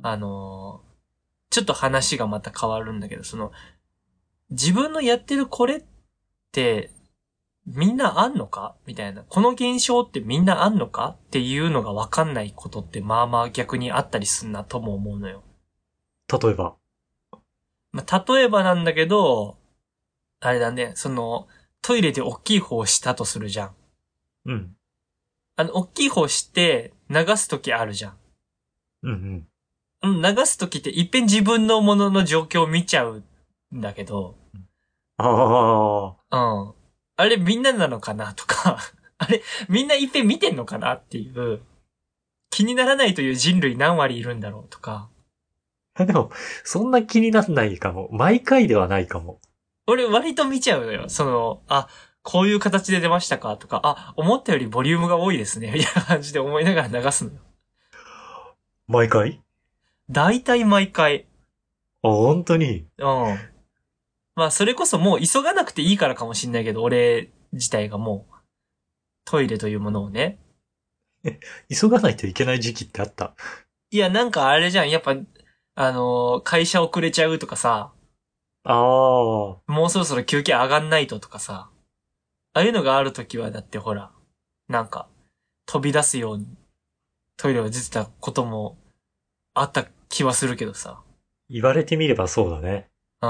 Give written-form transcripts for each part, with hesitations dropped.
ちょっと話がまた変わるんだけど、自分のやってるこれって、みんなあんのかみたいな。この現象ってみんなあんのかっていうのがわかんないことってまあまあ逆にあったりすんなとも思うのよ。 例えば。 まあ、例えばなんだけど、あれだね、トイレで大きい方をしたとするじゃん。 うん。 大きい方して流すときあるじゃん。 うんうん。 うん、流すときっていっぺん自分のものの状況を見ちゃうんだけど、 ああ、 うん。あれみんななのかなとか、あれみんないっぺん見てんのかなっていう、気にならないという人類何割いるんだろうとか、 でも、そんな気になんないかも。毎回ではないかも。 俺割と見ちゃうのよ。こういう形で出ましたかとか、思ったよりボリュームが多いですね。みたいな感じで思いながら流すのよ。 毎回。 大体毎回。 あ、本当に。 うん。まあ、それこそもう急がなくていいからかもしんないけど、俺自体がもう、トイレというものをね。 急がないといけない時期ってあった？ いや、なんかあれじゃん。やっぱ、会社遅れちゃうとかさ、 ああ、 もうそろそろ休憩上がんないととかさ、ああいうのがあるときはだってほら、なんか、飛び出すようにトイレを出てたこともあった気はするけどさ。 言われてみればそうだね。 うん。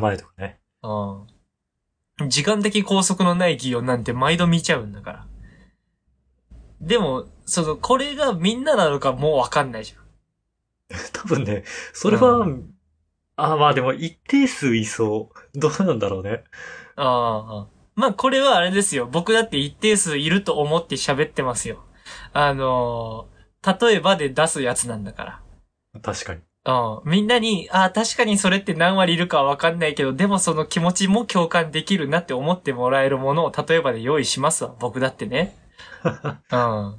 出社前とかね。 うん。時間的拘束のない企業なんて毎度見ちゃうんだから。でも、これがみんななのかもうわかんないじ多分ね、そゃん。 れは、 うん。 まあでも一定数いそう。どうなんだろうね。 ああ。まあ、これはあれですよ。僕だって一定数いると思って喋ってますよ。例えばで出すやつなんだか確かに。 ら。うん。みんなに、確かにそれって何割いるかはわかんないけど、でもその気持ちも共感できるなって思ってもらえるものを例えばで用意しますわ。僕だってね。うん。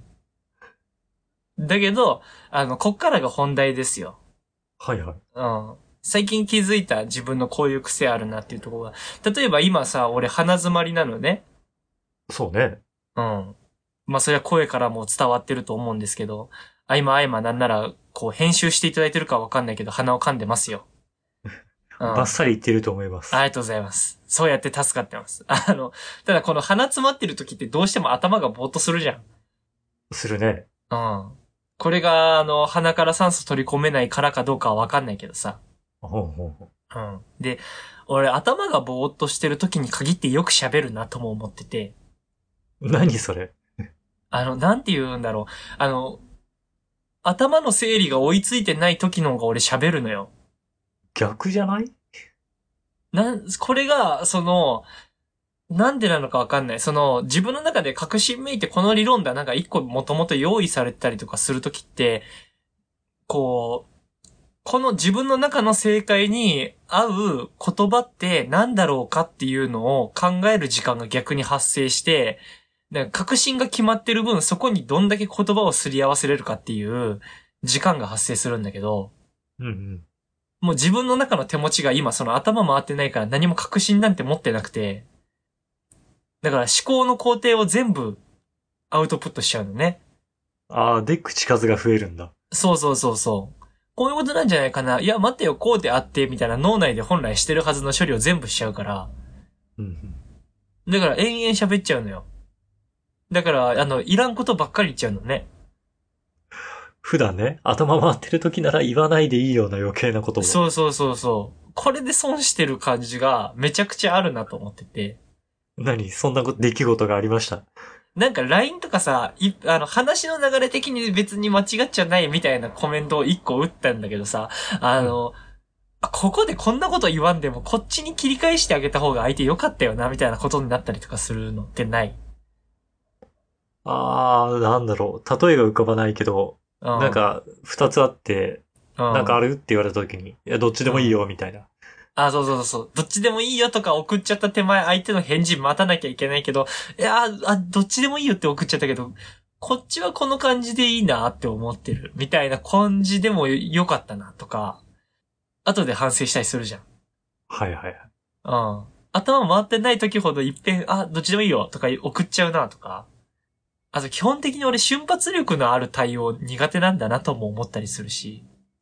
だけど、こっからが本題ですよ。 はいはい。 うん。最近気づいた自分のこういう癖あるなっていうところが。例えば今さ、俺鼻詰まりなのね。 そうね。 うん。まあそれは声からも伝わってると思うんですけど、合間なんなら、こう編集していただいてるかわかんないけど鼻を噛んでますよ。うん。 バッサリ言ってると思います。 ありがとうございます。そうやって助かってます。ただこの鼻詰まってる時ってどうしても頭がぼーっとするじゃん。 するね。 うん。これが、鼻から酸素取り込めないからかどうかはわかんないけどさ。 ほうほうほうん。で、俺頭がぼーっとしてる時に限ってよく喋るなとも思ってて、 う。何それ？ なんて言うんだろう。頭の整理が追いついてない時の方が俺喋るのよ。 逆じゃない？ これが、なんでなのかわかんない。自分の中で確信めいてこの理論だ、なんか一個もともと用意されてたりとかするときって、こう、この自分の中の正解に合う言葉って何だろうかっていうのを考える時間が逆に発生して、なんか確信が決まってる分、そこにどんだけ言葉をすり合わせれるかっていう時間が発生するんだけど、 うんうん。 もう自分の中の手持ちが今その頭回ってないから何も確信なんて持ってなくて、だから思考の工程を全部アウトプットしちゃうのね。 ああ、で、口数が増えるんだ。 そうそうそうそう。こういうことなんじゃないかな。いや、待ってよ、こうであって、みたいな脳内で本来してるはずの処理を全部しちゃうから。 うんうん。 だから延々喋っちゃうのよ。だから、いらんことばっかり言っちゃうのね。 普段ね、頭回ってる時なら言わないでいいような余計なことも。 そうそうそうそう。これで損してる感じがめちゃくちゃあるなと思ってて。 そんな出来事がありました？ なんか LINE とかさ、話の流れ的に別に間違っちゃないみたいなコメントを一個打ったんだけどさ、 うん。 ここでこんなこと言わんでもこっちに切り返してあげた方が相手良かったよな、みたいなことになったりとかするのってない？ なんだろう。例えが浮かばないけど、 うん。 なんか、二つあって、 うん。 なんかあるって言われた時に、いや、どっちでもいいよ、 うん。 みたいな。 そうそうそうそう。どっちでもいいよとか送っちゃった手前、相手の返事待たなきゃいけないけど、どっちでもいいよって送っちゃったけど、こっちはこの感じでいいなって思ってる。みたいな感じでもよかったなとか、後で反省したりするじゃん。 はいはいはい。 うん。頭回ってない時ほど一遍、どっちでもいいよとか送っちゃうなとか。あと基本的に俺瞬発力のある対応苦手なんだなとも思ったりするし。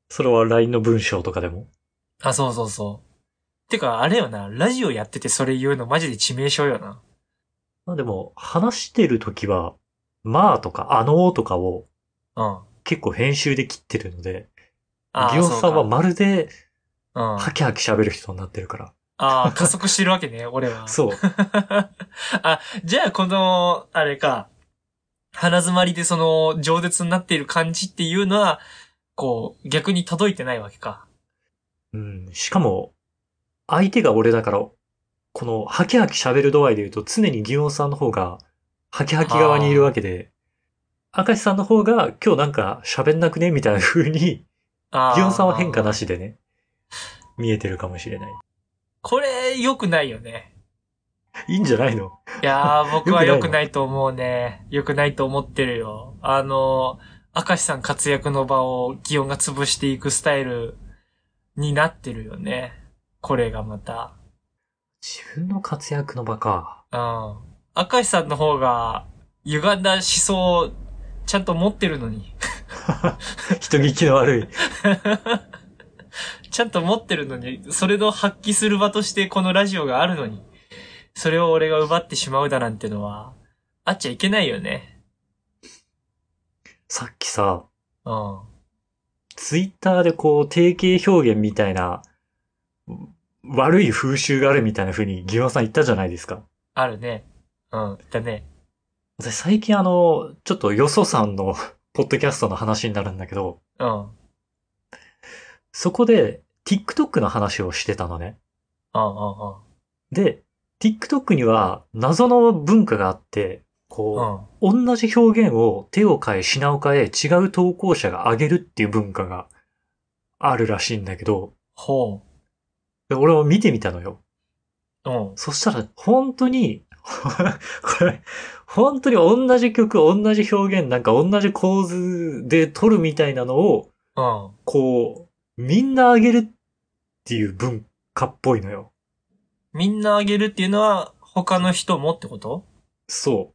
それは LINE の文章とかでも。 あ、そうそうそう。てか、あれよな、ラジオやっててそれ言うのマジで致命傷よな。 まあでも、話してるときは、まあとかとかをうん。 結構編集で切ってるので、 ああ、 ギオンさんはそうか。 まるで、 うん。あハキハキ喋る人になってるから。 あ、加速してるわけね、俺は。 そあ、じゃあこの、あれか、鼻詰まりでその、饒舌になっている感じっていうのは、こう、逆に届いてないわけか。 う。うん。しかも、相手が俺だから、このハキハキ喋る度合いで言うと常にギオンさんの方が、ハキハキ側にいるわはけで、明石さんの方が今日なんか喋んなくねみたいな風に、 あ。 ギオンさんは変化なああ。 しでね、見えてるかもしれない。 これ、良くないよね。 いいんじゃないの？ いやー、僕は良くよくないの？ ないと思うね。良くないと思ってるよ。明石さん活躍の場を祇園が潰していくスタイルになってるよね。これがまた。 自分の活躍の場か。 うん。明石さんの方が歪んだ思想をちゃんと持ってるのに。 人聞きの悪い。 ちゃんと持ってるのに、それの発揮する場としてこのラジオがあるのに、それを俺が奪ってしまうだなんてのは、あっちゃいけないよね。 さっきさ、 うん。 ツイッターでこう定型表現みたいな悪い風習があるみたいな風にギオンさん言ったじゃないですか。 あるね。うん。だね。 私最近ちょっとよそさんのポッドキャストの話になるんだけど、 うん。うん。 そこで TikTok の話をしてたのね。 うん。うん。 で、TikTok には謎の文化があって、こうん。 う、同じ表現を手を変え品を変え違う投稿者が上げるっていう文化があるらしいんだけど、 ほで俺も見てみたのよ。 う。うん。 そしたら本当にこれ、本当に同じ曲、同じ表現、なんか同じ構図で撮るみたいなのを、 うん。 こう、みんな上げるっていう文化っぽいのよ。 みんなあげるっていうのは、他の人もってこと？ そ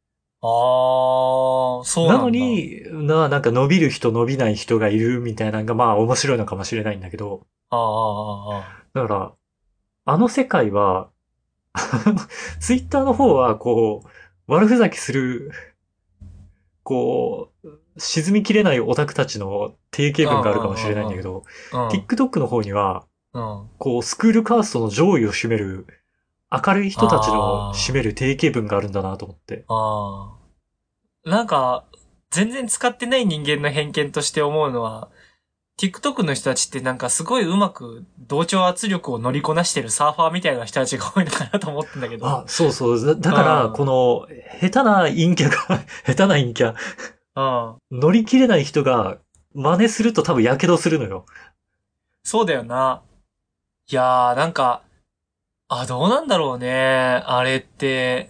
ああ、 う。なのそうなんだ。あに、なんか伸びる人伸びない人がいるみたいなのがまあ面白いのかもしれないんだけど、 あ、ああ、あだから、あの世界は、ツイッターの方はこう、悪ふざけする、こう、沈みきれないオタクたちの定型文があるかもしれないんだけど、 あ、うん。 TikTok の方には、 うん。うん。 こう、スクールカーストの上位を占める、明るい人たちの占めある定型文があるんだなと思って。 あ、ああ。なんか、全然使ってない人間の偏見として思うのは、TikTok の人たちってなんかすごいうまく同調圧力を乗りこなしてるサーファーみたいな人たちが多いのかなと思ってんだけど。 あ、そうそう。だから、 うん。 この、下手な陰キャが下手な陰キャ、 うん。 乗り切れない人が真似すると多分火傷するのよ。 そうだよな。いやー、なんか、どうなんだろうね。あれって、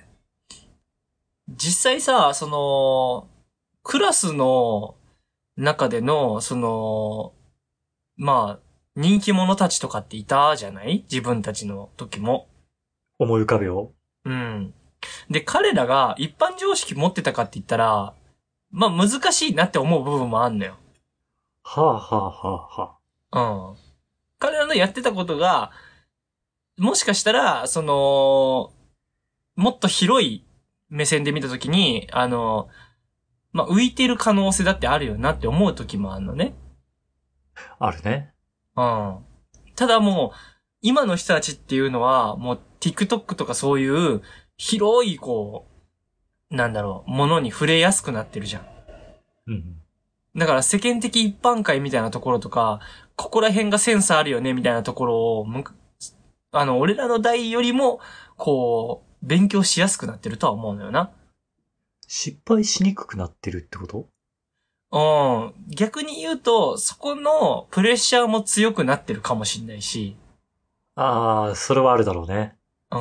実際さ、クラスの中での、まあ、人気者たちとかっていたじゃない？自分たちの時も。 思い浮かべようん。で、彼らが一般常識持ってたかって言ったら、まあ難しいなって思う部分もあんのよ。 う。はあはあはあはうん。彼らのやってたことが、もしかしたら、もっと広い目線で見たときに、まあ、浮いてる可能性だってあるよなって思うときもあるのね。 あ。あるね。 うん。ただもう、今の人たちっていうのは、もう TikTok とかそういう広い、こう、なんだろう、ものに触れやすくなってるじゃん。 うん。 だから世間的一般会みたいなところとか、ここら辺がセンスあるよねみたいなところを、俺らの代よりも、こう、勉強しやすくなってるとは思うのよな。 失敗しにくくなってるってこと？ うん。逆に言うと、そこのプレッシャーも強くなってるかもしんないし、 ああ、それはあるだろうね。 うん。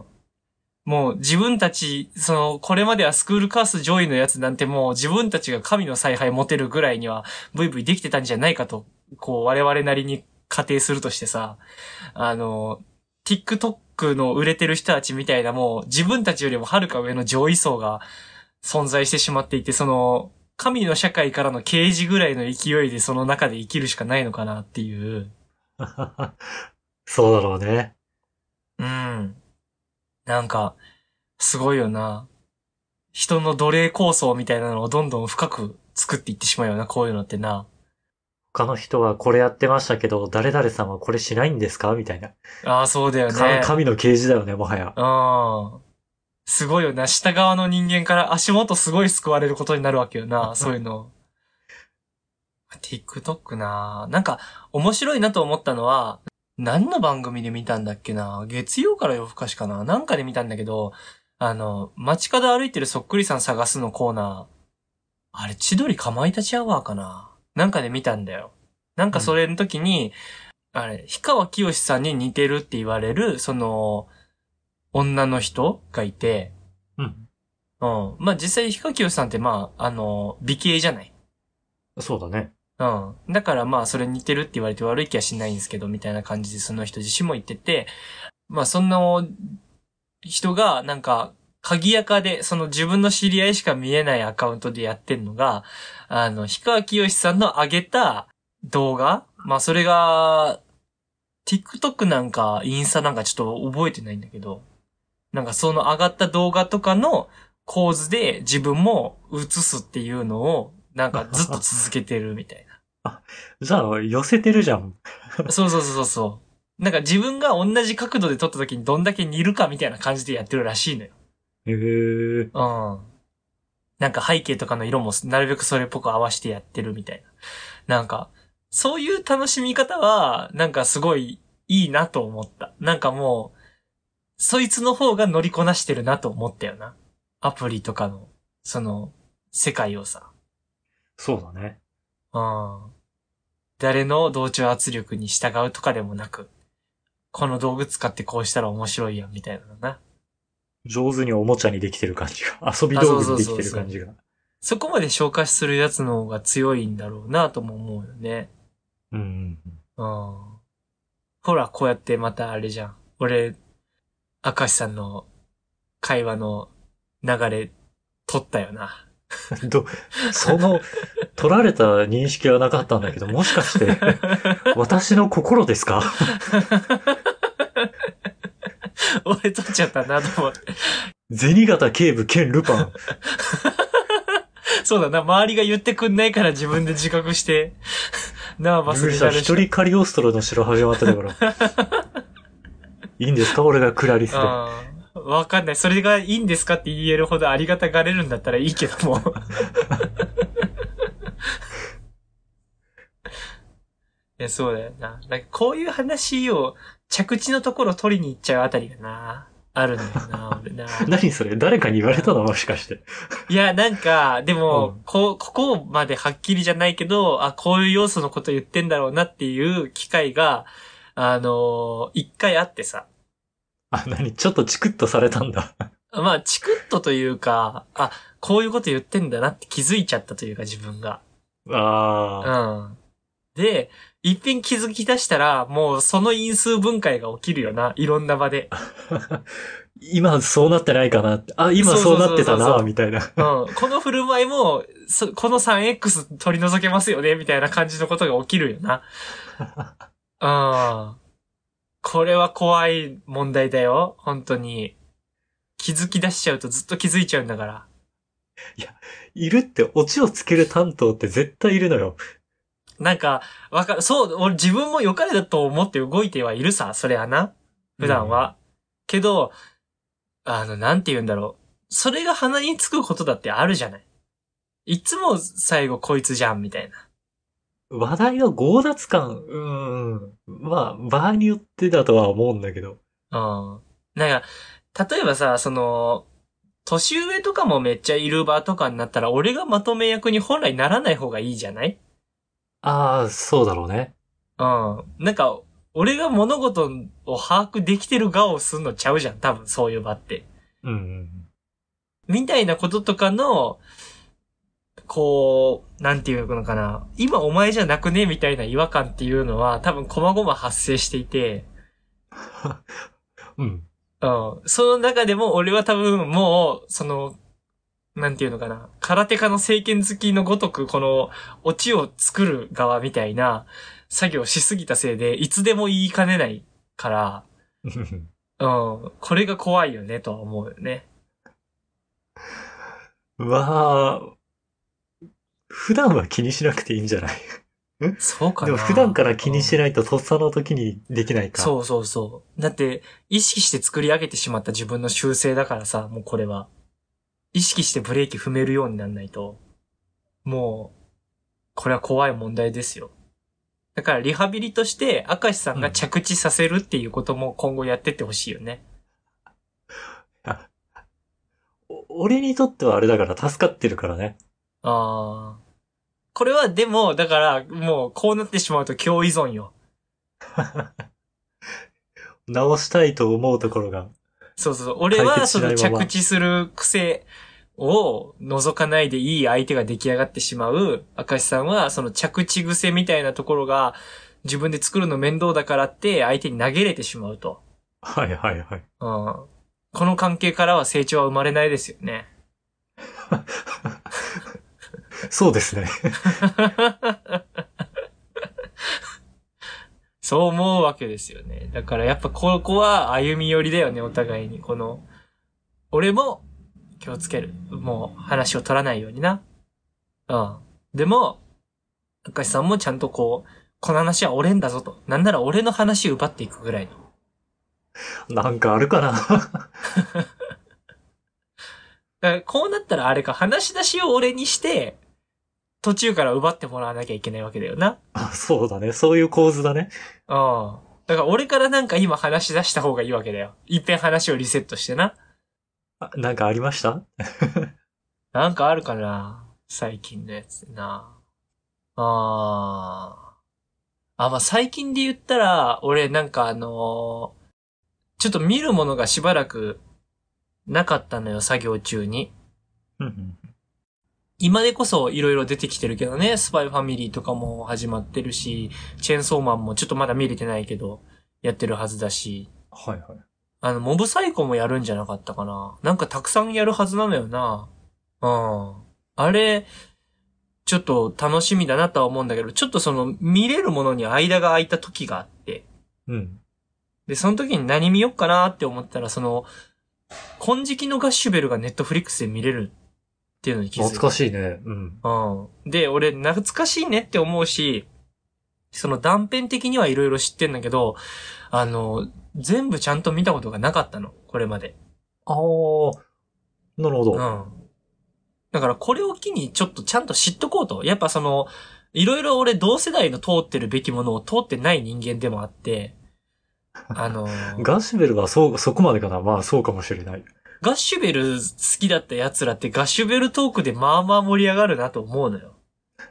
もう自分たち、これまではスクールカース上位のやつなんてもう自分たちが神の采配持てるぐらいにはブイブイできてたんじゃないかと、こう我々なりに仮定するとしてさ、TikTok の売れてる人たちみたいなもう自分たちよりもはるか上の上位層が存在してしまっていて、 神の社会からの啓示ぐらいの勢いでその中で生きるしかないのかなっていう。 そうだろうね。 うん。なんか、すごいよな。人の奴隷構想みたいなのをどんどん深く作っていってしまうよな、こういうのってな。 他の人はこれやってましたけど、誰々さんはこれしないんですかみたいな。 ああ、そうだよね。 神の啓示だよね、もはや。 うん。すごいよな。下側の人間から足元すごい救われることになるわけよな。そういうの。TikTok な。なんか、面白いなと思ったのは、何の番組で見たんだっけな。月曜から夜更かしかな。なんかで見たんだけど、街角歩いてるそっくりさん探すのコーナー。あれ、千鳥かまいたちアワーかな。なんかで見たんだよ。なんかそれの時に、あれ、氷川きよしさんに似てるって言われる、女の人がいて、 うん。 うん。まあ、実際氷川きよしさんって美形じゃない。 そうだね。 うん。だからまあ、それ似てるって言われて悪い気はしないんですけど、みたいな感じでその人自身も言ってて、まあ、そんな人が、なんか、鍵垢で、その自分の知り合いしか見えないアカウントでやってんのが、氷川きよしさんの上げた動画まあ、それが、TikTok なんか、インスタなんかちょっと覚えてないんだけど、なんかその上がった動画とかの構図で自分も映すっていうのを、なんかずっと続けてるみたいじゃあ、寄せてるじゃん。 な。そうそうそうそうそう。なんか自分が同じ角度で撮った時にどんだけ似るかみたいな感じでやってるらしいのよ。 へえ。 うん。なんか背景とかの色もなるべくそれっぽく合わせてやってるみたいな。なんか、そういう楽しみ方は、なんかすごいいいなと思った。なんかもう、そいつの方が乗りこなしてるなと思ったよな。アプリとかの、世界をさ。 そうだね。 うん。誰の同調圧力に従うとかでもなく、この道具使ってこうしたら面白いやん、みたいなのな。 上手におもちゃにできてる感じが。遊びあ、そうそう道具にできてるそうそう。 感じが。 そこまで消化するやつの方が強いんだろうなとも思うよね。 うんうんうん。ほら、こうやってまたあれじゃん。俺、明石さんの会話の流れ、取ったよな。 うん。その、取られた認識はなかったんだけど、もしかして、私の心ですか？ 俺取っちゃったなと思って。 銭形警部兼ルパン。 そうだな、周りが言ってくんないから自分で自覚して、ナーバスになるしか。 一人カリオストロの城始まっただから。いいんですか俺がクラリスで。 わかんない。それがいいんですかって言えるほどありがたがれるんだったらいいけども。いや、そうだよな。なんかこういう話を着地のところ取りに行っちゃうあたりがな。あるんだよな、俺な。 何それ誰かに言われたのもしかして。 いや、なんか、でも、 うん。 ここまではっきりじゃないけど、あ、こういう要素のこと言ってんだろうなっていう機会が、一回あってさ。 あ、ちょっとチクッとされたんだ。 まあ、チクッとというか、あ、こういうこと言ってんだなって気づいちゃったというか、自分が。うあん。で、一品気づき出したら、もうその因数分解が起きるよな。いろんな場で。 あ。今そうなってないかなって。あ、今そうそうそうなってたな、 そうそうそう。 みたいな。 うん。この振る舞いも、この 3X 取り除けますよね、みたいな感じのことが起きるよな。うん。これは怖い問題だよ。本当に。気づき出しちゃうとずっと気づいちゃうんだから。 いるってオチをつける担当って絶対いるのよ。 なんか、そう、俺自分も良かれだと思って動いてはいるさ、それはな。普段は。けど、なんて言うんだろう。それが鼻につくことだってあるじゃない。いつも最後こいつじゃん、みたいな。 話題の強奪感、まあ、場合によってだとは思うんだけど。 うん。なんか、例えばさ、年上とかもめっちゃいる場とかになったら、俺がまとめ役に本来ならない方がいいじゃない？ ああ、そうだろうね。 うん。なんか、俺が物事を把握できてる側をすんのちゃうじゃん、多分そういう場って。 うん。 みたいなこととかの、こう、なんていうのかな。今お前じゃなくねみたいな違和感っていうのは多分細々発生していて、 うん。 うん。その中でも俺は多分もう、 なんていうのかな、空手家の聖剣好きのごとく、この、オチを作る側みたいな作業しすぎたせいで、いつでも言いかねないから、うん、これが怖いよね、とは思うよね。 まあ、普段は気にしなくていいんじゃない？ そうかな。 でも普段から気にしうんないととっさの時にできないか。 そうそうそう。だって、意識して作り上げてしまった自分の習性だからさ、もうこれは。意識してブレーキ踏めるようにならないと、もう、これは怖い問題ですよ。だからリハビリとして、明石さんがうん。 着地させるっていうことも今後やってってほしいよね。 あ、俺にとってはあれだから助かってるからね。 ああ。これはでも、だから、もうこうなってしまうと強依存よ。 直したいと思うところがそうそうそう。俺解はその決しないまま。 着地する癖を除かないでいい相手が出来上がってしまう。明石さんはその着地癖みたいなところが自分で作るの面倒だからって相手に投げれてしまうと。 はいはいはい。 うん。この関係からは成長は生まれないですよね。 そうですね。 そう思うわけですよね。だからやっぱここは歩み寄りだよね、お互いに。この、俺も気をつける。もう話を取らないようにな。うん。でも、明石さんもちゃんとこう、この話は俺んだぞと。なんなら俺の話を奪っていくぐらいの。 なんかあるかな。 だからこうなったらあれか、話し出しを俺にして、途中から奪ってもらわなきゃいけないわけだよな。 あ、そうだね。そういう構図だね。 うん。だから俺からなんか今話し出した方がいいわけだよ。いっぺん話をリセットしてな。 あ、なんかありました？ なんかあるかな最近のやつでな。まあ、最近で言ったら、俺なんかちょっと見るものがしばらくなかったのよ、作業中に。 うんうん。 今でこそ色々出てきてるけどね、スパイファミリーとかも始まってるし、チェーンソーマンもちょっとまだ見れてないけど、やってるはずだし、 はいはい。 モブサイコもやるんじゃなかったかな。なんかたくさんやるはずなのよな。うん。あれ、ちょっと楽しみだなとは思うんだけど、ちょっとその見れるものに間が空いた時があって、 うん。 で、その時に何見よっかなって思ったら、その、金色のガッシュベルがネットフリックスで見れるっていうのに気づいた。 懐かしいね。うん。 うん。で、俺、懐かしいねって思うし、その断片的にはいろいろ知ってんだけど、全部ちゃんと見たことがなかったの。これまで。 ああ、なるほど。 うん。だからこれを機にちょっとちゃんと知っとこうと。やっぱその、いろいろ俺同世代の通ってるべきものを通ってない人間でもあって、 ガッシュベルはそこまでかな。まあそうかもしれない。 ガッシュベル好きだった奴らってガッシュベルトークでまあまあ盛り上がるなと思うのよ。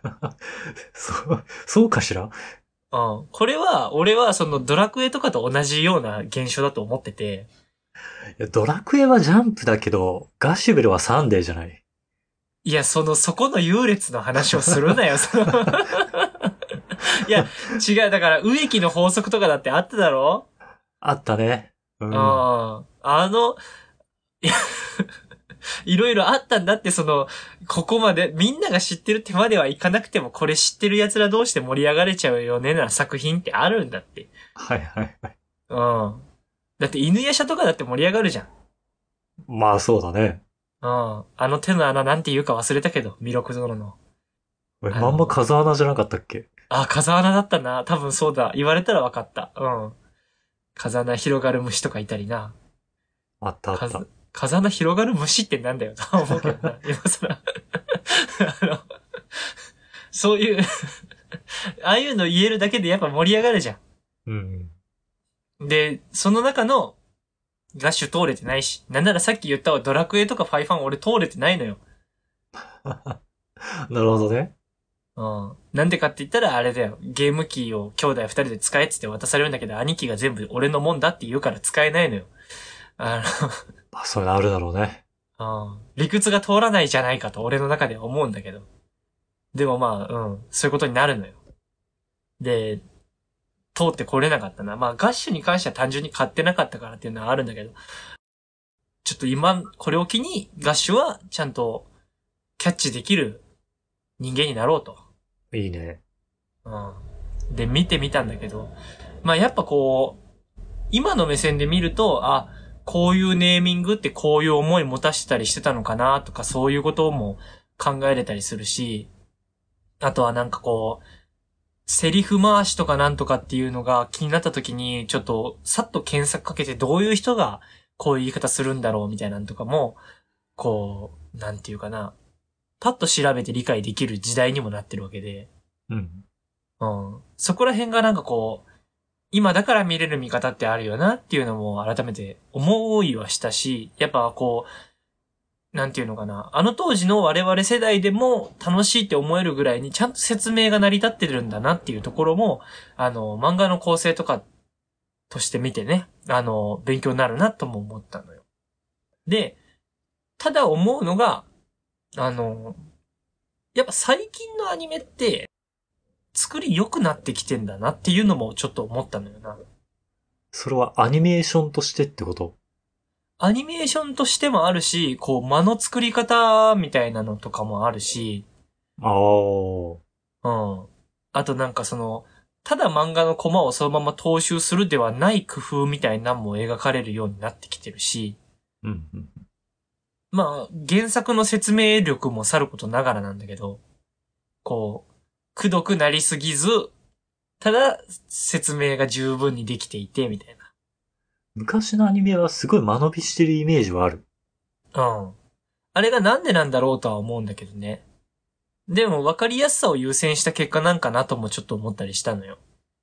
そうかしら？ うん。これは、俺はそのドラクエとかと同じような現象だと思ってて。 いや、ドラクエはジャンプだけど、ガッシュベルはサンデーじゃない。 いや、そこの優劣の話をするなよ、いや、違う、だから、植木の法則とかだってあっただろ？ あったね。ううん。 ん。 いやいろいろあったんだって、ここまで、みんなが知ってる手まではいかなくても、これ知ってる奴ら同士で盛り上がれちゃうよねな作品ってあるんだって。 はいはいはい。 うん。だって犬夜叉とかだって盛り上がるじゃん。 まあそうだね。 うん。あの手の穴なんて言うか忘れたけど、弥勒殿の。 まんま風穴じゃなかったっけ？ あ、風穴だったな。多分そうだ。言われたら分かった。うん。風穴広がる虫とかいたりな。 あったあった。 風穴広がる虫ってなんだよとは思うけどな。今更あの、そういうああいうの言えるだけでやっぱ盛り上がるじゃうん。 ん。で、その中のガッシュ通れてないし、なんならさっき言ったドラクエとかファイファン俺通れてないのよ。 なるほどね。 うん。なんでかって言ったらあれだよ。ゲーム機を兄弟二人で使えって言って渡されるんだけど、兄貴が全部俺のもんだって言うから使えないのよ。 あ、そういうのあるだろうね。 うん。理屈が通らないじゃないかと俺の中では思うんだけど。でもまあ、うん。そういうことになるのよ。で、通ってこれなかったな。まあ、ガッシュに関しては単純に買ってなかったからっていうのはあるんだけど、ちょっと今、これを機にガッシュはちゃんとキャッチできる人間になろうと。 いいね。 うん。で、見てみたんだけど、まあやっぱこう、今の目線で見ると、あ、こういうネーミングってこういう思い持たしてたりしてたのかなとか、そういうことも考えれたりするし、あとはなんかこう、セリフ回しとかなんとかっていうのが気になった時に、ちょっとさっと検索かけてどういう人がこういう言い方するんだろうみたいなのとかも、こう、なんていうかな、パッと調べて理解できる時代にもなってるわけで、 うん。 うん。そこら辺がなんかこう、今だから見れる見方ってあるよなっていうのも改めて思いはしたし、やっぱこう、なんていうのかな。あの当時の我々世代でも楽しいって思えるぐらいにちゃんと説明が成り立ってるんだなっていうところも、漫画の構成とかとして見てね、勉強になるなとも思ったのよ。で、ただ思うのが、やっぱ最近のアニメって、作り良くなってきてんだなっていうのもちょっと思ったのよな。 それはアニメーションとしてってこと？ アニメーションとしてもあるし、こう間の作り方みたいなのとかもあるし、 ああ。 うん。あとなんかその、ただ漫画のコマをそのまま踏襲するではない工夫みたいなのも描かれるようになってきてるし、 うんうん。 まあ原作の説明力もさることながらなんだけど、こう、くどくなりすぎず、ただ説明が十分にできていて、みたい昔のアニメはすごい間延びしてるイメージはある。 な。うん。あれがなんでなんだろうとは思うんだけどね。でも分かりやすさを優先した結果なんかなともちょっと思ったりしたのよ。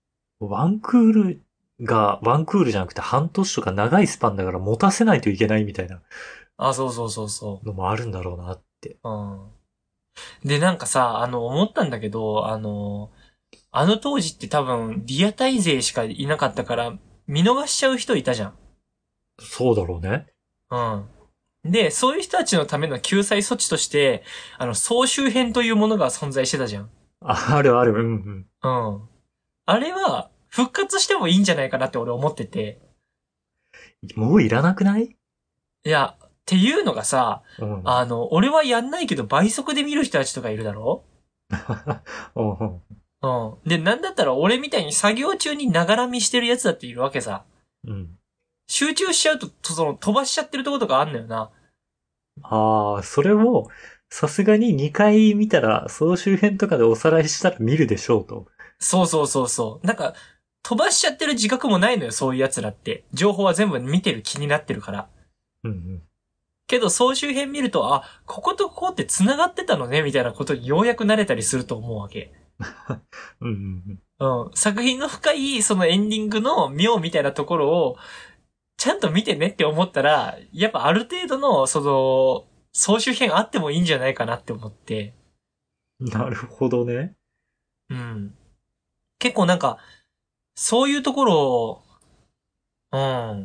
ワンクールじゃなくて半年とか長いスパンだから持たせないといけないみたいなあ、そうそうそうそのもあるんだろうなって。 う。うん。で、なんかさ、思ったんだけど、あの当時って多分、リアタイ勢しかいなかったから、見逃しちゃう人いたじゃん。 そうだろうね。 うん。で、そういう人たちのための救済措置として、総集編というものが存在してたじゃん。 あるある、うんうん。あれは、復活してもいいんじゃないかなって俺思ってて。 うん。もういらなくない？ いや、っていうのがさ、 うん。 俺はやんないけど倍速で見る人たちとかいるだろ？ うんうん。 うん。で、なんだったら俺みたいに作業中にながら見してるやつだっているわけさ。 うん。 集中しちゃうと、飛ばしちゃってるところとかあんのよな。 ああ、それも、さすがに2回見たら、総集編とかでおさらいしたら見るでしょうと。 そうそうそうそう。なんか、飛ばしちゃってる自覚もないのよ、そういう奴らって。情報は全部見てる気になってるから。 うんうん。 けど、総集編見ると、あ、こことここって繋がってたのね、みたいなことにようやく慣れたりすると思うわけ。 うんうんうん。作品の深い、そのエンディングの妙みたいなところを、ちゃんと見てねって思ったら、やっぱある程度の、総集編あってもいいんじゃないかなって思って。 うん。なるほどね。 うん。結構なんか、そういうところを、うん。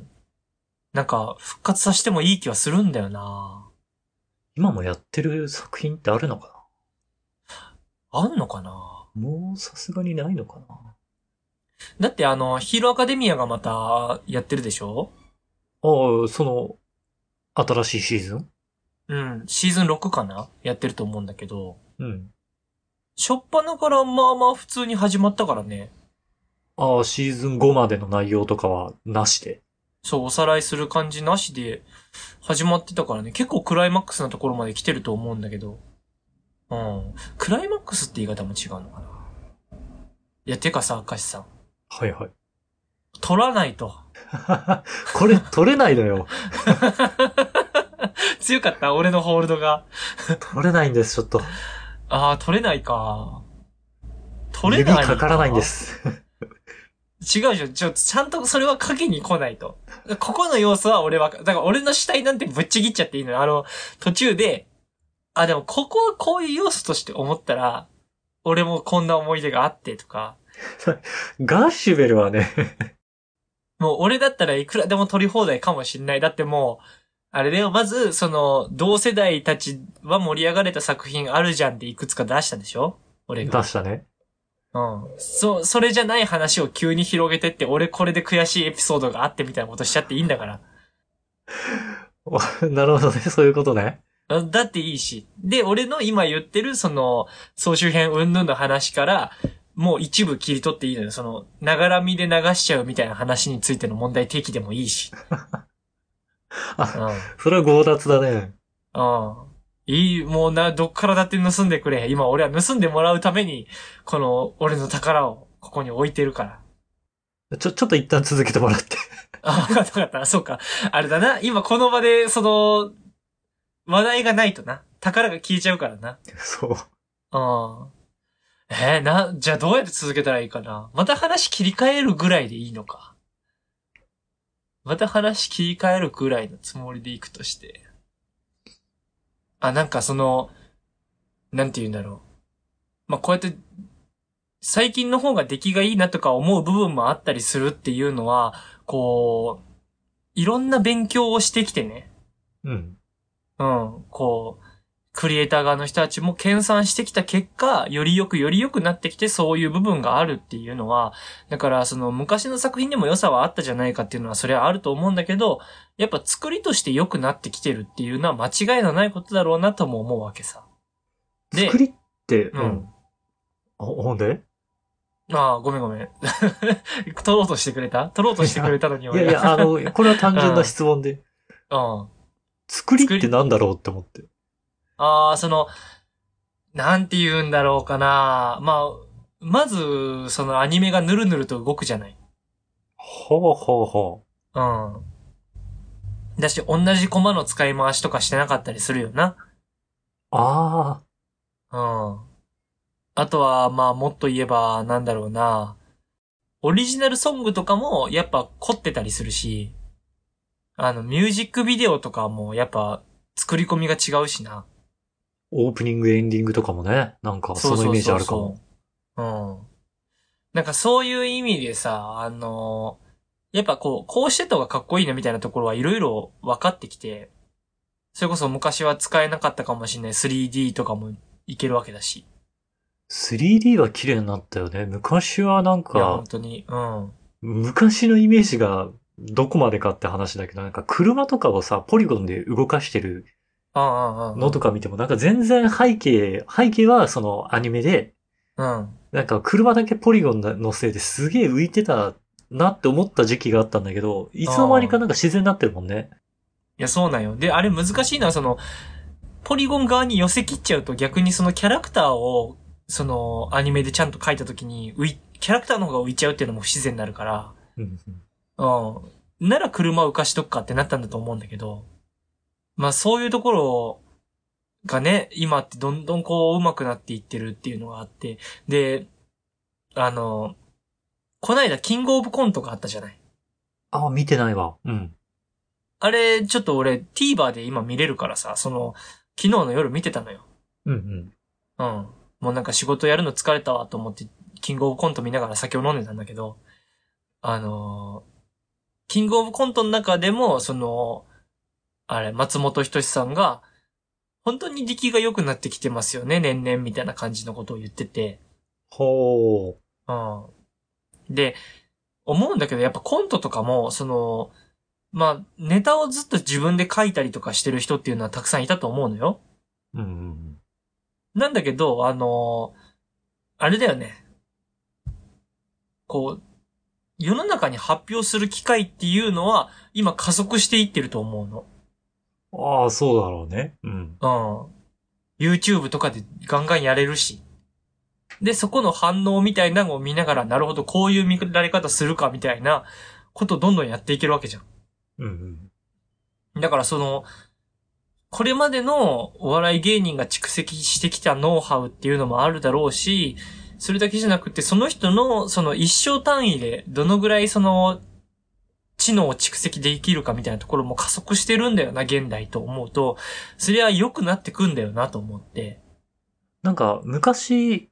なんか、復活させてもいい気はするんだよな。 今もやってる作品ってあるのかあんのかな？ な？もうさすがにないのかな？ だってヒーローアカデミアがまたやってるでしょ？ ああ、その、新しいシーズン？ うん。シーズン6かなやってると思うんだけど、 うん。 しょっぱなからまあまあ普通に始まったからね。 ああ、シーズン5までの内容とかはなしで。 そう、おさらいする感じなしで始まってたからね。結構クライマックスなところまで来てると思うんだけど。うん。クライマックスって言い方も違うのかな。いや、てかさ、明石さん。 はいはい。 取らないと。 これ取れないのよ。 強かった俺のホールドが。 取れないんです、ちょっと。 ああ、取れないか。取れない指かからないんです。 違うじゃん。ちゃんとそれはかけに来ないと。ここの要素は俺は、だから俺の死体なんてぶっちぎっちゃっていいのよ。途中で、あ、でもここはこういう要素として思ったら、俺もこんな思い出があってとか、 ガッシュベルはね、 もう俺だったらいくらでも取り放題かもしんない。だってもう、あれだよ、まず、同世代たちは盛り上がれた作品あるじゃんっていくつか出したでしょ俺が。 出したね。 うん。それじゃない話を急に広げてって、俺これで悔しいエピソードがあってみたいなことしちゃっていいんだから。 なるほどね、そういうことね。 だっていいし。で、俺の今言ってる、総集編云々の話から、もう一部切り取っていいのよ。ながらみで流しちゃうみたいな話についての問題提起でもいいし。うあ、 ん。 それは強奪だね。 うん。もうどっからだって盗んでくれ。今俺は盗んでもらうために、俺の宝をここに置いてるから。 ちょっと一旦続けてもらって。 あ、わかったわかった。そうか。あれだな。今この場で、話題がないとな。宝が消えちゃうからな。 そう。 うん。じゃあどうやって続けたらいいかな。また話切り替えるぐらいでいいのか。また話切り替えるぐらいのつもりでいくとして。あ、なんかなんて言うんだろう。まあ、こうやって、最近の方が出来がいいなとか思う部分もあったりするっていうのは、いろんな勉強をしてきてね。 うん。 うん、クリエイター側の人たちも研鑽してきた結果、より良くなってきてそういう部分があるっていうのは、だから昔の作品でも良さはあったじゃないかっていうのはそれはあると思うんだけど、やっぱ作りとして良くなってきてるっていうのは間違いのないことだろうなとも思うわけさ。で、 作りって、 うん。 ほんでああ、ごめんごめん。取ろうとしてくれたのに俺いやいや、 が。 これは単純な質問で。 うん。うん。 作りってなんだろうって思って。 ああ、なんて言うんだろうかな。まあ、まず、アニメがぬるぬると動くじゃない。 ほうほうほうん。だし、同じコマの使い回しとかしてなかったりするよな。 う。あうん。あとは、まあ、もっと言えば、なんだろうな。オリジナルソングとかも、やっぱ凝ってたりするし、ミュージックビデオとかも、やっぱ、作り込みが違うしな。 オープニングエンディングとかもね、なんかそのイメージあるかも。 うん。なんかそういう意味でさ、やっぱこうしてた方がかっこいいなみたいなところはいろいろ分かってきて、それこそ昔は使えなかったかもしれない 3D とかもいけるわけだし。 3D は綺麗になったよね。昔はなんいや、 か、 本当に。うん。 昔のイメージがどこまでかって話だけど、なんか車とかをさ、ポリゴンで動かしてるのとか見ても、なんか全然背景はそのアニメで、 うん。うん。 なんか車だけポリゴンのせいですげえ浮いてたなって思った時期があったんだけど、いつの間にかなんか自然になってるもんね。 いや、そうなんよ。で、あれ難しいのはポリゴン側に寄せ切っちゃうと逆にキャラクターを、アニメでちゃんと描いた時にキャラクターの方が浮いちゃうっていうのも不自然になるから、 うんうん。なら車を浮かしとくかってなったんだと思うんだけど、まあそういうところがね、今ってどんどん上手くなっていってるっていうのがあって、で、あの、こないだキングオブコントがあったじゃない。 ああ、見てないわ。うん。 あれ、ちょっと俺 TVer で今見れるからさ、昨日の夜見てたのよ。 うんうん。 うん。もうなんか仕事やるの疲れたわと思って、キングオブコント見ながら酒を飲んでたんだけど、あのキングオブコントの中でも、松本人志さんが、本当に出来が良くなってきてますよね、年々みたいな感じのことを言ってて。 ほう。 うん。で、思うんだけど、やっぱコントとかも、まあ、ネタをずっと自分で書いたりとかしてる人っていうのはたくさんいたと思うのよ。 うんうんなんだけど、あれだよね。世の中に発表する機会っていうのは、今加速していってると思うの。 うん。ああ、そうだろうね。うん。 うん。YouTube とかでガンガンやれるし。で、そこの反応みたいなのを見ながら、なるほど、こういう見られ方するかみたいなことをどんどんやっていけるわけじゃん。 うんうん。 だからこれまでのお笑い芸人が蓄積してきたノウハウっていうのもあるだろうし、それだけじゃなくて、その人の一生単位でどのぐらい知能を蓄積できるかみたいなところも加速してるんだよな、現代と思うと、それは良くなってくんだよなと思って。 なんか、昔、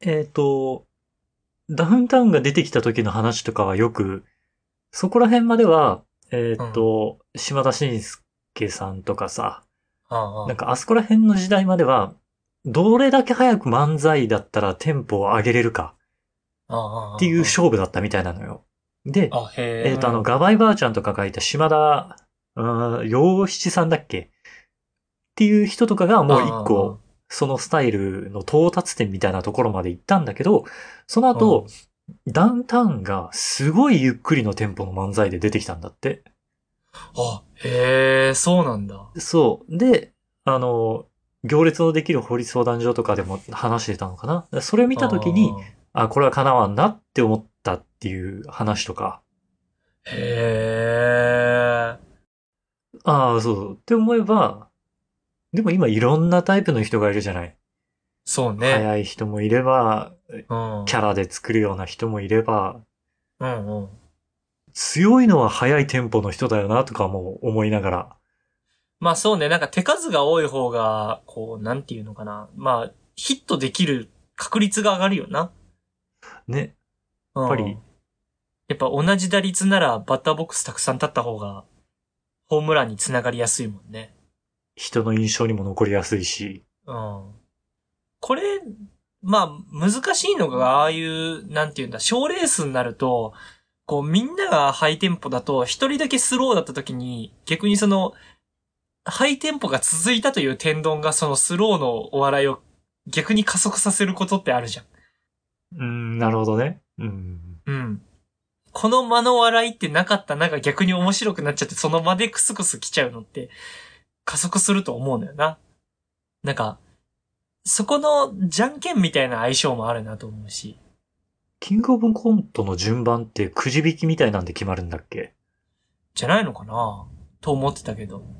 ダウンタウンが出てきた時の話とかはよく、そこら辺までは、 うん。 島田紳介さんとかさ、 ああ、 なんかあそこら辺の時代までは、どれだけ早く漫才だったらテンポを上げれるかああ、 っていうあ勝負だったみたいなのよ。で、 あ、あ、へえ、うん。 ガバイばあちゃんとか書いた島田、洋七さんだっけっっていう人とかがもう一うん個、そのスタイルの到達点みたいなところまで行ったんだけど、そのうん。 後、ダウンタウンがすごいゆっくりのテンポの漫才で出てきたんだって。 あ、へえ、そうなんだ。 そう。で、行列のできる法律相談所とかでも話してたのかな。それを見うたときに、 ん。 あ、これは叶わんなって思ったっていう話とか。 へえ。 ああ、そうそう。って思えば、でも今いろんなタイプの人がいるじゃない。 そうね。 早い人もいれば、 うん。うんキャラで作るような人もいれば、 うん。 強いのは速いテンポの人だよなとかも思いながら。 まあそうね、なんか手数が多い方が、こう、なんていうのかな。まあ、ヒットできる確率が上がるよな。 ね。やっうん。 ぱりやっぱ同じ打率ならバッターボックスたくさん立った方が、ホームランにつながりやすいもんね。 人の印象にも残りやすいし。 うん。これ、まあ、難しいのが、ああいう、なんていうんだ、賞レースになると、こう、みんながハイテンポだと、一人だけスローだった時に、逆にその、ハイテンポが続いたという天丼がそのスローのお笑いを逆に加速させることってあるじゃん。 なるほどね。うん。 うん。この間の笑いってなかったなんか逆に面白くなっちゃってその間でクスクス来ちゃうのって加速すると思うんだよな。なんか、そこのじゃんけんみたいな相性もあるなと思うし。 キングオブコントの順番ってくじ引きみたいなんで決まるんだっけ？ じゃないのかなと思ってたけど。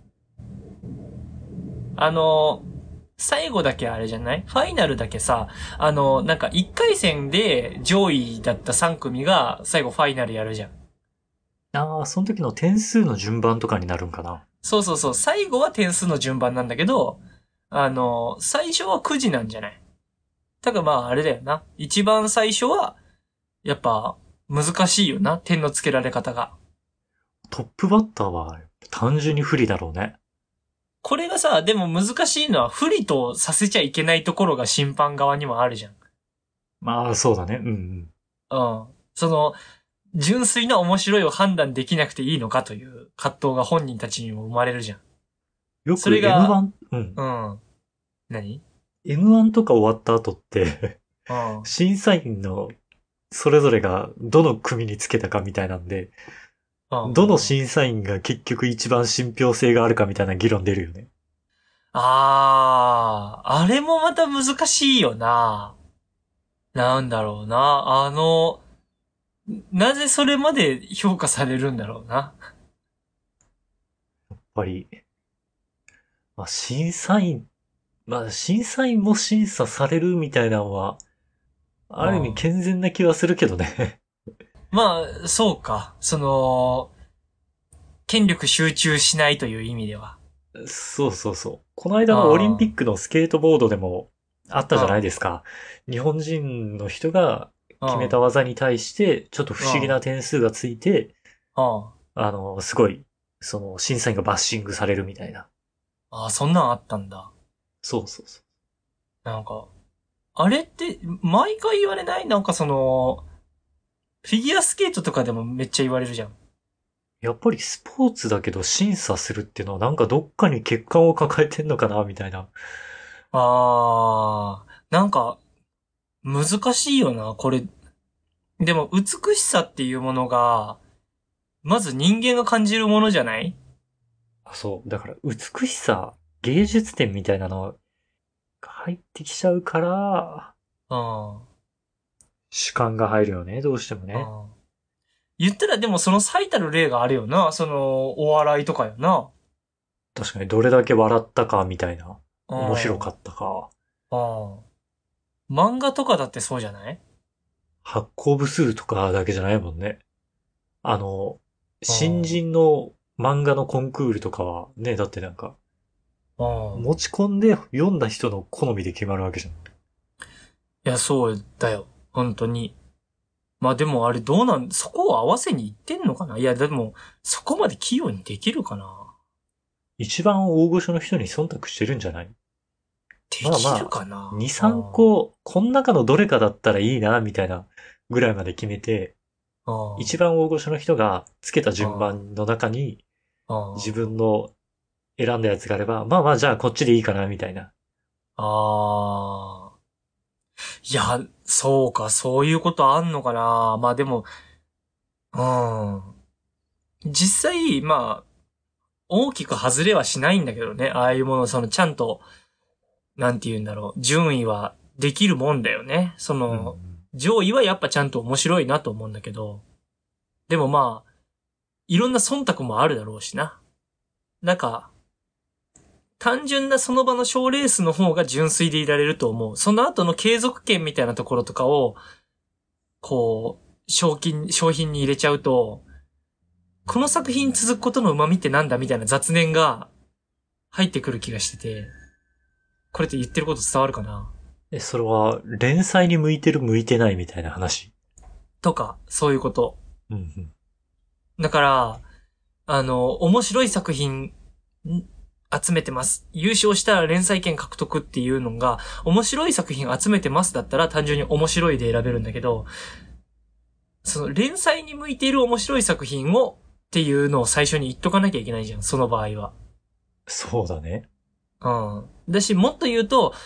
あの、最後だけあれじゃないファイナルだけさ、なんか1回戦で上位だった3組が最後ファイナルやるじゃん。 ああ、その時の点数の順番とかになるんかな。 そうそうそう。最後は点数の順番なんだけど、最初はくじなんじゃない？だからまああれだよな。一番最初は、やっぱ難しいよな。点の付けられ方が。 トップバッターは単純に不利だろうね。 これがさ、でも難しいのは不利とさせちゃいけないところが審判側にもあるじゃん。 まあ、そうだね。うんうん。 うん。その、純粋な面白いを判断できなくていいのかという葛藤が本人たちにも生まれるじゃん。そよくれが、 M1、うん。 うん。何？ M1 とか終わった後ってうん。 審査員のそれぞれがどの組につけたかみたいなんで、 うん。 どのうん。 審査員が結局一番信憑性があるかみたいな議論出るよね。 あれもまた難しいよな。なんだろうな。なぜそれまで評価されるんだろうな。 やっぱり、まあ審査員も審査されるみたいなのは、ある意味うん。 健全な気はするけどね。 まあ、そうか。権力集中しないという意味では。 そうそうそう。この間のオリンピあックのスケートボードでもあったじゃないあ、 ですか。日本人の人がうん、 決めうん、 た技に対して、ちょっと不思議なうん、 点数がついて、 うん。 すごい、審査員がバッシングされるみたいな。 ああ、そんなんあったんだ。 そうそうそう。 なんか、あれって、毎回言われないなんかフィギュアスケートとかでもめっちゃ言われるじゃん。 やっぱりスポーツだけど審査するっていうのはなんかどっかに欠陥を抱えてんのかなみたいな。 ああ、なんか、難しいよな、これ。でも、美しさっていうものが、まず人間が感じるものじゃない？ あ、そう。だから美しさ、芸術点みたいなのが入ってきちゃうから、 うん。 主観が入るよね、どうしてもね。 うん。言ったらでもその最たる例があるよな。お笑いとかよな。 確かにどれだけ笑ったかみたいな。 うん。 面白かったか。 うん。漫画とかだってそうじゃない？ 発行部数とかだけじゃないもんね。あの、 う新ん。 人の漫画のコンクールとかはね、だってなんか、 うん。 持ち込んで読んだ人の好みで決まるわけじゃん。 いや、そうだよ。本当に。まあでもあれどうそこを合わせに行ってんのかな？いや、でも、そこまで器用にできるかな？ 一番大御所の人に忖度してるんじゃない？ できるまあまあ、 かな？ 2、 う 3 ん。 個、この中のどれかだったらいいな、みたいなぐらいまで決めて、 うん。 一番大御所の人がつけた順うん。 番の中にう自ん。 分の選んだやつがあれば、まあまあじゃあこっちでいいかな、みたいな。 ああ。いや、そうか、そういうことあんのかな。まあでも、うん。実際、まあ、大きく外れはしないんだけどね。ああいうもの、ちゃんと、なんて言うんだろう。順位はできるもんだよね。 うん。 上位はやっぱちゃんと面白いなと思うんだけど。でもまあ、いろんな忖度もあるだろうしな。なんか、単純なその場の賞レースの方が純粋でいられると思う。その後の継続権みたいなところとかを、こう、商品に入れちゃうと、この作品続くことの旨味ってなんだみたいな雑念が入ってくる気がしてて、これって言ってること伝わるかなそれは、連載に向いてる向いてないみたいな話。 とか、そういうこと。 うんうん。 だから、面白い作品集めてます。優勝したら連載権獲得っていうのが、面白い作品集めてますだったら単純に面白いで選べるんだけど、その連載に向いている面白い作品をっていうのを最初に言っとかなきゃいけないじゃん、その場合は。 そうだね。 うん。だし、もっと言うと、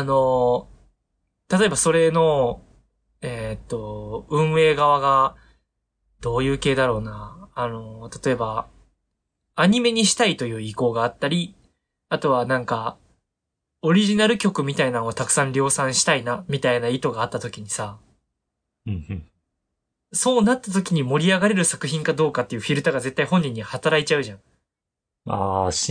例えばそれの、運営側が、どういう系だろうな。例えば、アニメにしたいという意向があったり、あとはなんか、オリジナル曲みたいなのをたくさん量産したいな、みたいな意図があった時にさ、 うんうん。 そうなった時に盛り上がれる作品かどうかっていうフィルターが絶対本人に働いちゃうじゃん。 ああ、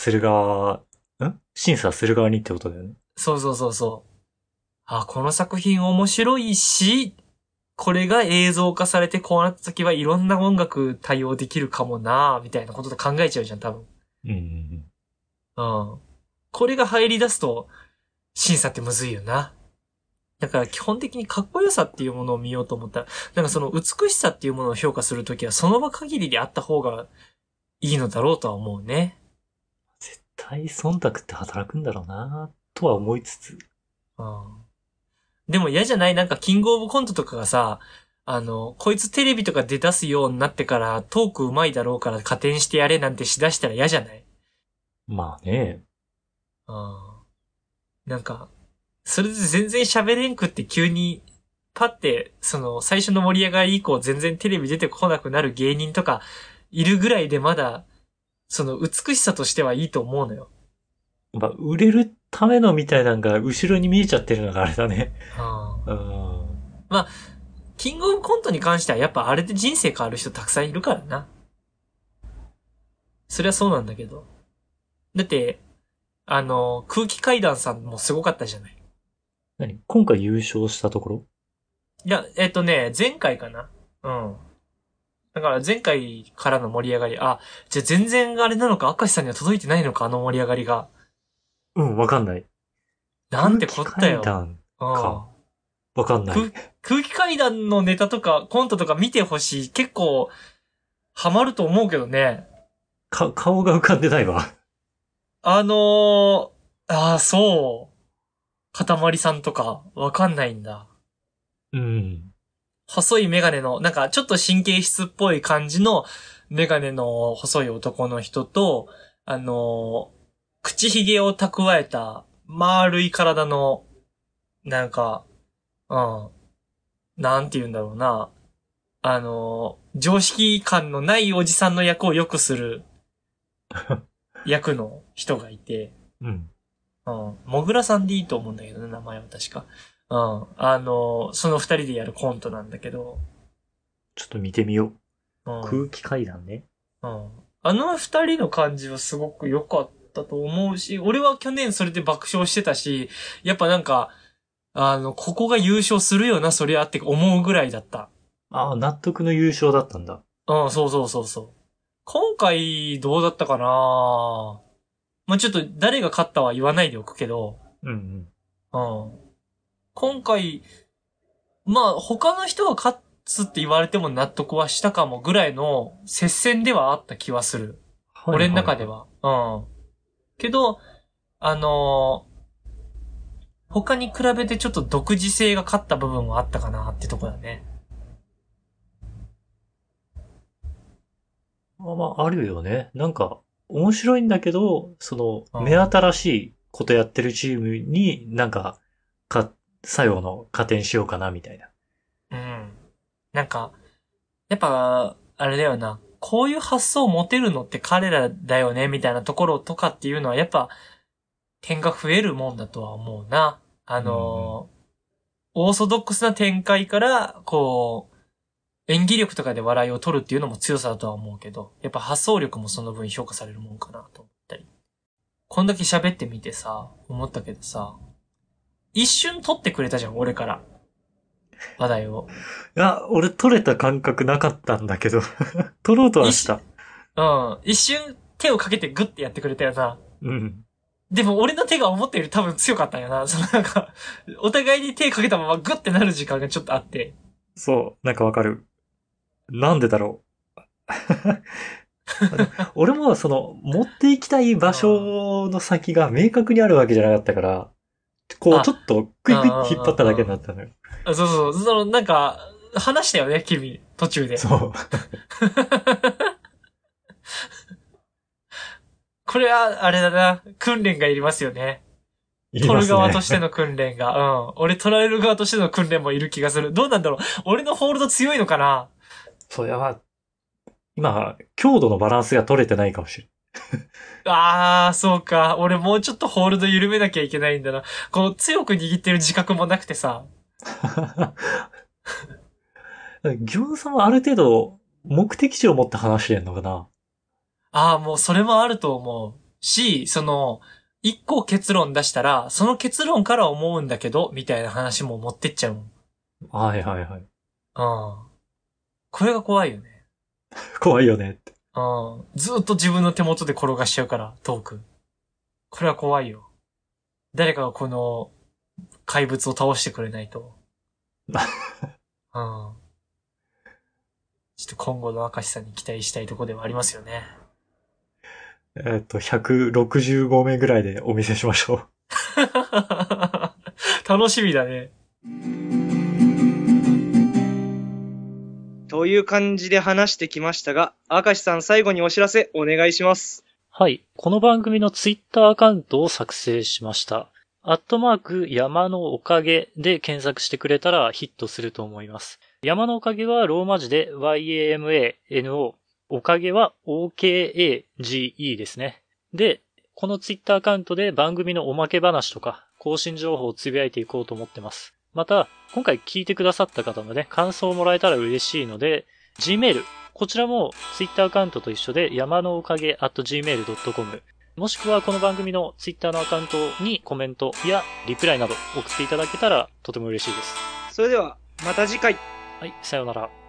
審査する側にってことだよね。 そうそうそうそう。あ、この作品面白いし、これが映像化されてこうなった時はいろんな音楽対応できるかもなみたいなことで考えちゃうじゃん、多分。 うんうんうん。これが入り出すと、審査ってむずいよな。だから基本的にかっこよさっていうものを見ようと思ったら、なんかその美しさっていうものを評価するときはその場限りであった方がいいのだろうとは思うね。 絶対忖度って働くんだろうな、とは思いつつ。 うん。でも嫌じゃないなんかキングオブコントとかがさ、こいつテレビとか出すようになってからトーク上手いだろうから加点してやれなんてしだしたら嫌じゃない？ まあね。 うん。なんか、それで全然喋れんくって急に、パって、最初の盛り上がり以降全然テレビ出てこなくなる芸人とか、いるぐらいでまだ、美しさとしてはいいと思うのよ。 まあ、売れるためのみたいなのが後ろに見えちゃってるのがあれだね。 うん。 うん。 まあ、キングオブコントに関してはやっぱあれで人生変わる人たくさんいるからな。そりゃそうなんだけど。だって、空気階段さんもすごかったじゃない。 今回優勝したところ？ いや、前回かな。うん。だから前回からの盛り上がり、あ、じゃあ全然あれなのか、明石さんには届いてないのか、あの盛り上がりが。 うん、わかんない。空気なんてこったよ。 階段うん。 か。わかんない。 空気階段のネタとかコントとか見てほしい。結構、ハマると思うけどね。 顔が浮かんでないわ。 そう。かたまりさんとか、わかんないんだ。 うん。 細いメガネの、なんかちょっと神経質っぽい感じのメガネの細い男の人と、あのー口ひげを蓄えた丸い体の、なんか、うん、なんて言うんだろうな。常識感のないおじさんの役をよくする役の人がいて、 うん。 うん、もぐらさんでいいと思うんだけどね、名前は確か。うん、その二人でやるコントなんだけど、 ちょっと見てみよう。 うん。 空気階段ね。 うん。あの二人の感じはすごく良かったと思うし、俺は去年それで爆笑してたし、やっぱなんか、ここが優勝するよな、そりゃって思うぐらいだった。 ああ、納得の優勝だったんだ。 うん、そうそうそうそう。今回、どうだったかな。まあ、ちょっと誰が勝ったは言わないでおくけど、 うんうん。 うん。今回、まあ、他の人が勝つって言われても納得はしたかもぐらいの接戦ではあった気はする。 はい俺のはいはい。 中では。うん。けど、あのー他に比べてちょっと独自性が勝った部分はあったかなってとこだね。 まあまあ、あるよね。なんか、 面白いんだけど、目新しいことやってるチームになんか、作用の加点しようかな、みたいな。 うん。なんか、やっぱ、あれだよな。こういう発想を持てるのって彼らだよね、みたいなところとかっていうのは、やっぱ、点が増えるもんだとは思うな。 うんオーソドックスな展開から、こう、演技力とかで笑いを取るっていうのも強さだとは思うけど、やっぱ発想力もその分評価されるもんかなと思ったり。こんだけ喋ってみてさ、思ったけどさ、一瞬取ってくれたじゃん、俺から。話題を。 いや、俺取れた感覚なかったんだけど、取ろうとはした。 一瞬手をかけてグッてやってくれたよな。 うん。 でも俺の手が思ったより多分強かったんよな。なんか、お互いに手かけたままグッてなる時間がちょっとあって。 そう、なんかわかる。なんでだろう。でも俺も持っていきたい場所の先が明確にあるわけじゃなかったから、ちょっとクイクイって引っ張っただけになったのよ。 そうそう、なんか、話したよね、君、途中で。 そう。 これは、あれだな、訓練がいりますよね。取る言いますね。 側としての訓練が。うん。俺取られる側としての訓練もいる気がする。どうなんだろう。俺のホールド強いのかな。 そう、今、強度のバランスが取れてないかもしれあー、そうか。俺もうちょっとホールド緩めなきゃいけないんだな。こう、強く握ってる自覚もなくてさ。 ない。ギョンさんはある程度、目的地を持って話してんのかな。 あー、もうそれもあると思う。し、一個結論出したら、その結論から思うんだけど、みたいな話も持ってっちゃうもん。 はいはいはい。 うん。これが怖いよね。 怖いよねって。 うん。ずっと自分の手元で転がしちゃうから、トーク。これは怖いよ。誰かがこの怪物を倒してくれないと。うん。ちょっと今後の明石さんに期待したいところではありますよね。 165名ぐらいでお見せしましょう。 楽しみだね。 という感じで話してきましたが、明石さん最後にお知らせお願いします。 はい。この番組のツイッターアカウントを作成しました。山のおかげで検索してくれたらヒットすると思います。山のおかげはローマ字で YAMANO。おかげは OKAGE ですね。で、このツイッターアカウントで番組のおまけ話とか更新情報をつぶやいていこうと思ってます。また、今回聞いてくださった方のね、感想をもらえたら嬉しいので、Gmail、こちらも Twitter アカウントと一緒で山のおかげ @gmail.com もしくはこの番組の Twitter のアカウントにコメントやリプライなど送っていただけたらとても嬉しいです。 それでは、また次回。 はい、さようなら。